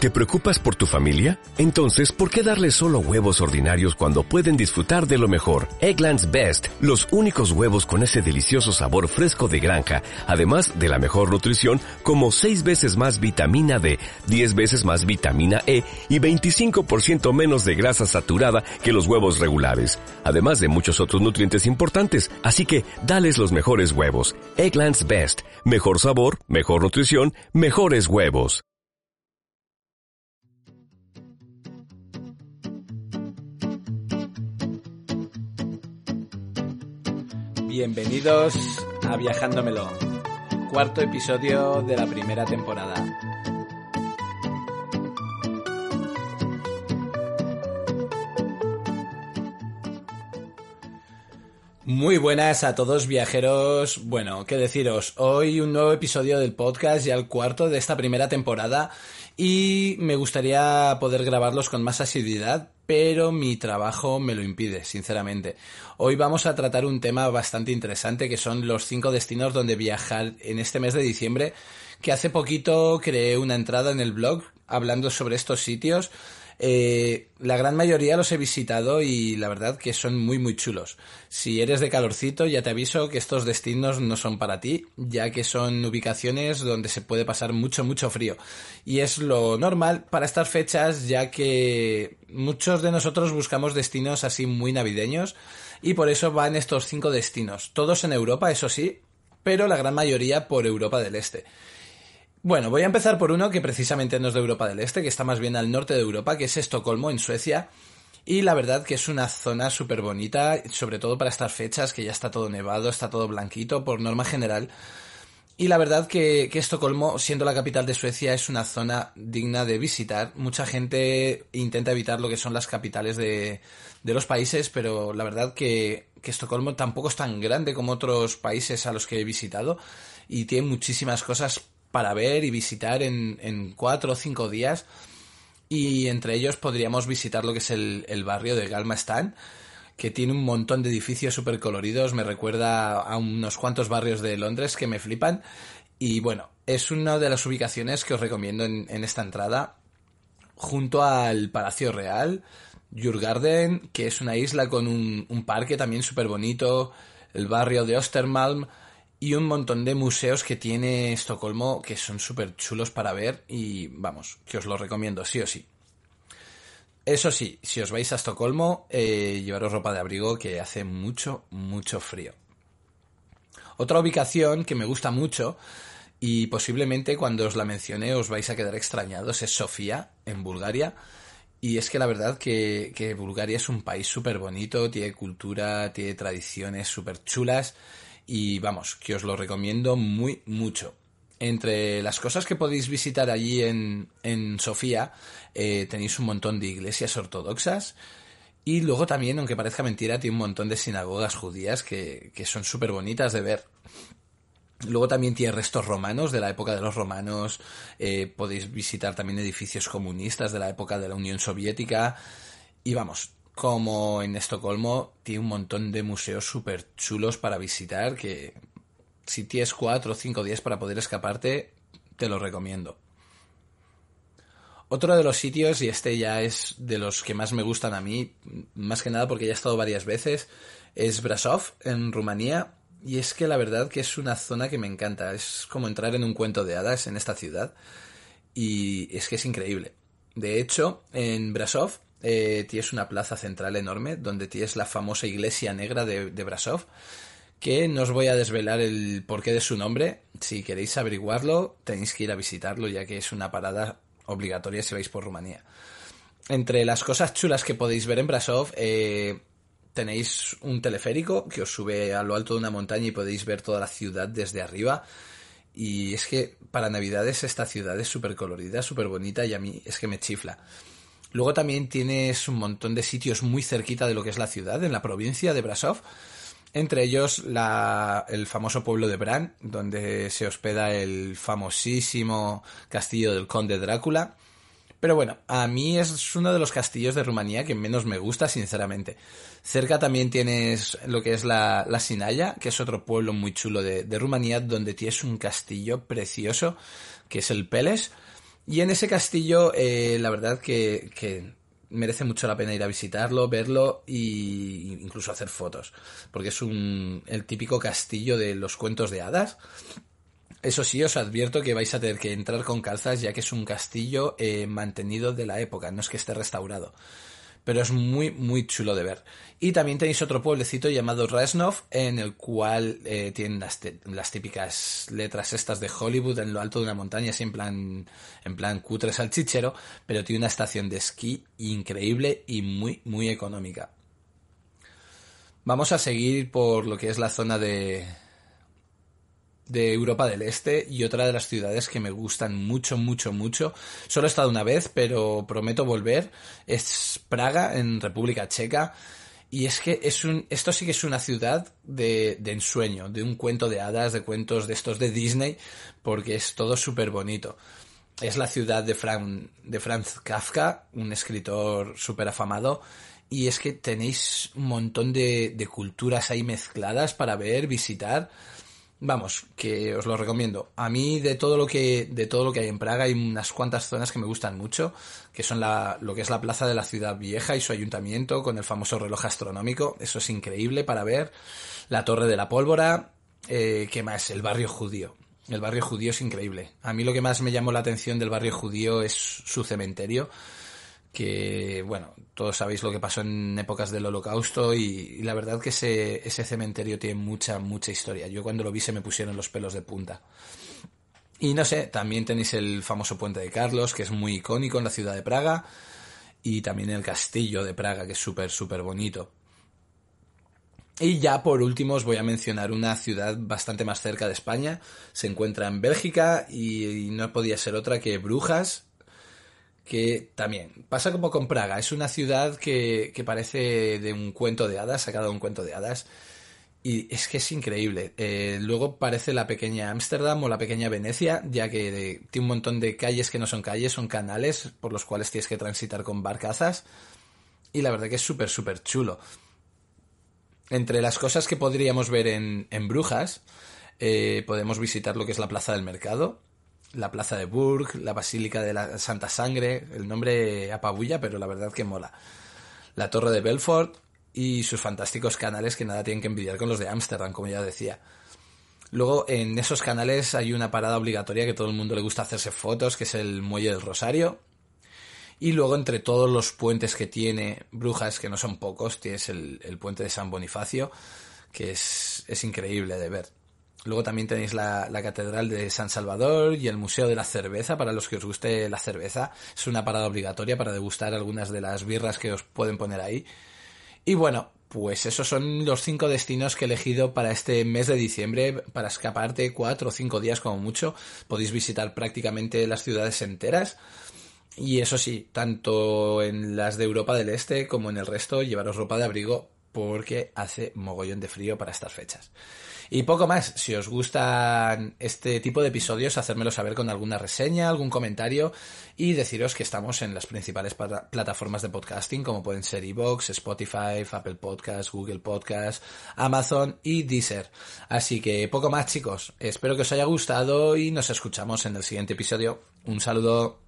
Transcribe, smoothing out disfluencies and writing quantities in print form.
¿Te preocupas por tu familia? Entonces, ¿por qué darles solo huevos ordinarios cuando pueden disfrutar de lo mejor? Eggland's Best, los únicos huevos con ese delicioso sabor fresco de granja, además de la mejor nutrición, como 6 veces más vitamina D, 10 veces más vitamina E y 25% menos de grasa saturada que los huevos regulares, además de muchos otros nutrientes importantes. Así que, dales los mejores huevos. Eggland's Best, mejor sabor, mejor nutrición, mejores huevos. Bienvenidos a Viajándomelo, cuarto episodio de la primera temporada. Muy buenas a todos viajeros. Bueno, qué deciros, hoy un nuevo episodio del podcast, ya el cuarto de esta primera temporada, y me gustaría poder grabarlos con más asiduidad, pero mi trabajo me lo impide, sinceramente. Hoy vamos a tratar un tema bastante interesante, que son los 5 destinos donde viajar en este mes de diciembre, que hace poquito creé una entrada en el blog hablando sobre estos sitios. La gran mayoría los he visitado y la verdad que son muy muy chulos. Si eres de calorcito, ya te aviso que estos destinos no son para ti, ya que son ubicaciones donde se puede pasar mucho frío. Y es lo normal para estas fechas, ya que muchos de nosotros buscamos destinos así muy navideños, y por eso van estos 5 destinos. Todos en Europa, eso sí, pero la gran mayoría por Europa del Este. Bueno, voy a empezar por uno que precisamente no es de Europa del Este, que está más bien al norte de Europa, que es Estocolmo, en Suecia. Y la verdad que es una zona súper bonita, sobre todo para estas fechas, que ya está todo nevado, está todo blanquito, por norma general. Y la verdad que Estocolmo, siendo la capital de Suecia, es una zona digna de visitar. Mucha gente intenta evitar lo que son las capitales de los países, pero la verdad que Estocolmo tampoco es tan grande como otros países a los que he visitado, y tiene muchísimas cosas para ver y visitar en 4 o 5 días, y entre ellos podríamos visitar lo que es el barrio de Gamla Stan, que tiene un montón de edificios súper coloridos, me recuerda a unos cuantos barrios de Londres que me flipan, y bueno, es una de las ubicaciones que os recomiendo en esta entrada, junto al Palacio Real, Djurgården, que es una isla con un parque también súper bonito, el barrio de Östermalm, y un montón de museos que tiene Estocolmo que son súper chulos para ver, y vamos, que os lo recomiendo sí o sí. Eso sí, si os vais a Estocolmo, llevaros ropa de abrigo, que hace mucho frío. Otra ubicación que me gusta mucho, y posiblemente cuando os la mencione os vais a quedar extrañados, es Sofía, en Bulgaria. Y es que la verdad que Bulgaria es un país súper bonito, tiene cultura, tiene tradiciones súper chulas, y vamos, que os lo recomiendo mucho. Entre las cosas que podéis visitar allí en Sofía, tenéis un montón de iglesias ortodoxas, y luego también, aunque parezca mentira, tiene un montón de sinagogas judías que son súper bonitas de ver. Luego también tiene restos romanos, de la época de los romanos, podéis visitar también edificios comunistas de la época de la Unión Soviética, y vamos, como en Estocolmo, tiene un montón de museos súper chulos para visitar, que si tienes 4 o 5 días para poder escaparte, te lo recomiendo. Otro de los sitios, y este ya es de los que más me gustan a mí, más que nada porque ya he estado varias veces, es Brasov, en Rumanía, y es que la verdad que es una zona que me encanta, es como entrar en un cuento de hadas en esta ciudad, y es que es increíble. De hecho, en Brasov tienes una plaza central enorme donde tienes la famosa iglesia negra de Brasov, que no os voy a desvelar el porqué de su nombre. Si queréis averiguarlo, tenéis que ir a visitarlo, ya que es una parada obligatoria si vais por Rumanía. Entre las cosas chulas que podéis ver en Brasov, tenéis un teleférico que os sube a lo alto de una montaña y podéis ver toda la ciudad desde arriba. Y es que para Navidades esta ciudad es súper colorida, súper bonita, y a mí es que me chifla. Luego también tienes un montón de sitios muy cerquita de lo que es la ciudad, en la provincia de Brasov. Entre ellos el famoso pueblo de Bran, donde se hospeda el famosísimo castillo del conde Drácula. Pero bueno, a mí es uno de los castillos de Rumanía que menos me gusta, sinceramente. Cerca también tienes lo que es la Sinaia, que es otro pueblo muy chulo de Rumanía, donde tienes un castillo precioso, que es el Peles, Y en ese castillo, la verdad que merece mucho la pena ir a visitarlo, verlo e incluso hacer fotos, porque es el típico castillo de los cuentos de hadas. Eso sí, os advierto que vais a tener que entrar con calzas, ya que es un castillo mantenido de la época, no es que esté restaurado. Pero es muy, muy chulo de ver. Y también tenéis otro pueblecito llamado Reznov, en el cual tienen las típicas letras estas de Hollywood en lo alto de una montaña, así en plan cutre salchichero, pero tiene una estación de esquí increíble y muy, muy económica. Vamos a seguir por lo que es la zona de Europa del Este, y otra de las ciudades que me gustan mucho, mucho, mucho. Solo he estado una vez, pero prometo volver. Es Praga, en República Checa. Y es que esto sí que es una ciudad de ensueño, de un cuento de hadas, de cuentos de estos de Disney, porque es todo súper bonito. Es la ciudad de Franz Kafka, un escritor súper afamado. Y es que tenéis un montón de culturas ahí mezcladas para ver, visitar. Vamos, que os lo recomiendo. A mí de todo lo que hay en Praga hay unas cuantas zonas que me gustan mucho, que son lo que es la plaza de la ciudad vieja y su ayuntamiento con el famoso reloj astronómico. Eso es increíble para ver. La Torre de la Pólvora. ¿Qué más? El barrio judío. El barrio judío es increíble. A mí lo que más me llamó la atención del barrio judío es su cementerio, que, bueno, todos sabéis lo que pasó en épocas del Holocausto, y la verdad que ese cementerio tiene mucha, mucha historia. Yo cuando lo vi se me pusieron los pelos de punta. Y no sé, también tenéis el famoso Puente de Carlos, que es muy icónico en la ciudad de Praga, y también el castillo de Praga, que es súper, súper bonito. Y ya por último os voy a mencionar una ciudad bastante más cerca de España. Se encuentra en Bélgica y no podía ser otra que Brujas, que también pasa como con Praga. Es una ciudad que parece de un cuento de hadas, sacada de un cuento de hadas, y es que es increíble. Luego parece la pequeña Ámsterdam o la pequeña Venecia, ya que tiene un montón de calles que no son calles, son canales por los cuales tienes que transitar con barcazas, y la verdad que es súper, súper chulo. Entre las cosas que podríamos ver en Brujas, podemos visitar lo que es la Plaza del Mercado, la Plaza de Burg, la Basílica de la Santa Sangre. El nombre apabulla, pero la verdad que mola. La Torre de Belfort y sus fantásticos canales, que nada tienen que envidiar con los de Ámsterdam, como ya decía. Luego, en esos canales hay una parada obligatoria que todo el mundo le gusta hacerse fotos, que es el Muelle del Rosario. Y luego, entre todos los puentes que tiene Brujas, que no son pocos, tienes el puente de San Bonifacio, que es increíble de ver. Luego también tenéis la Catedral de San Salvador y el Museo de la Cerveza, para los que os guste la cerveza. Es una parada obligatoria para degustar algunas de las birras que os pueden poner ahí. Y bueno, pues esos son los 5 destinos que he elegido para este mes de diciembre, para escaparte 4 o 5 días como mucho. Podéis visitar prácticamente las ciudades enteras. Y eso sí, tanto en las de Europa del Este como en el resto, llevaros ropa de abrigo, porque hace mogollón de frío para estas fechas. Y poco más. Si os gustan este tipo de episodios, hacérmelo saber con alguna reseña, algún comentario, y deciros que estamos en las principales plataformas de podcasting, como pueden ser iVoox, Spotify, Apple Podcasts, Google Podcasts, Amazon y Deezer. Así que poco más, chicos. Espero que os haya gustado y nos escuchamos en el siguiente episodio. Un saludo.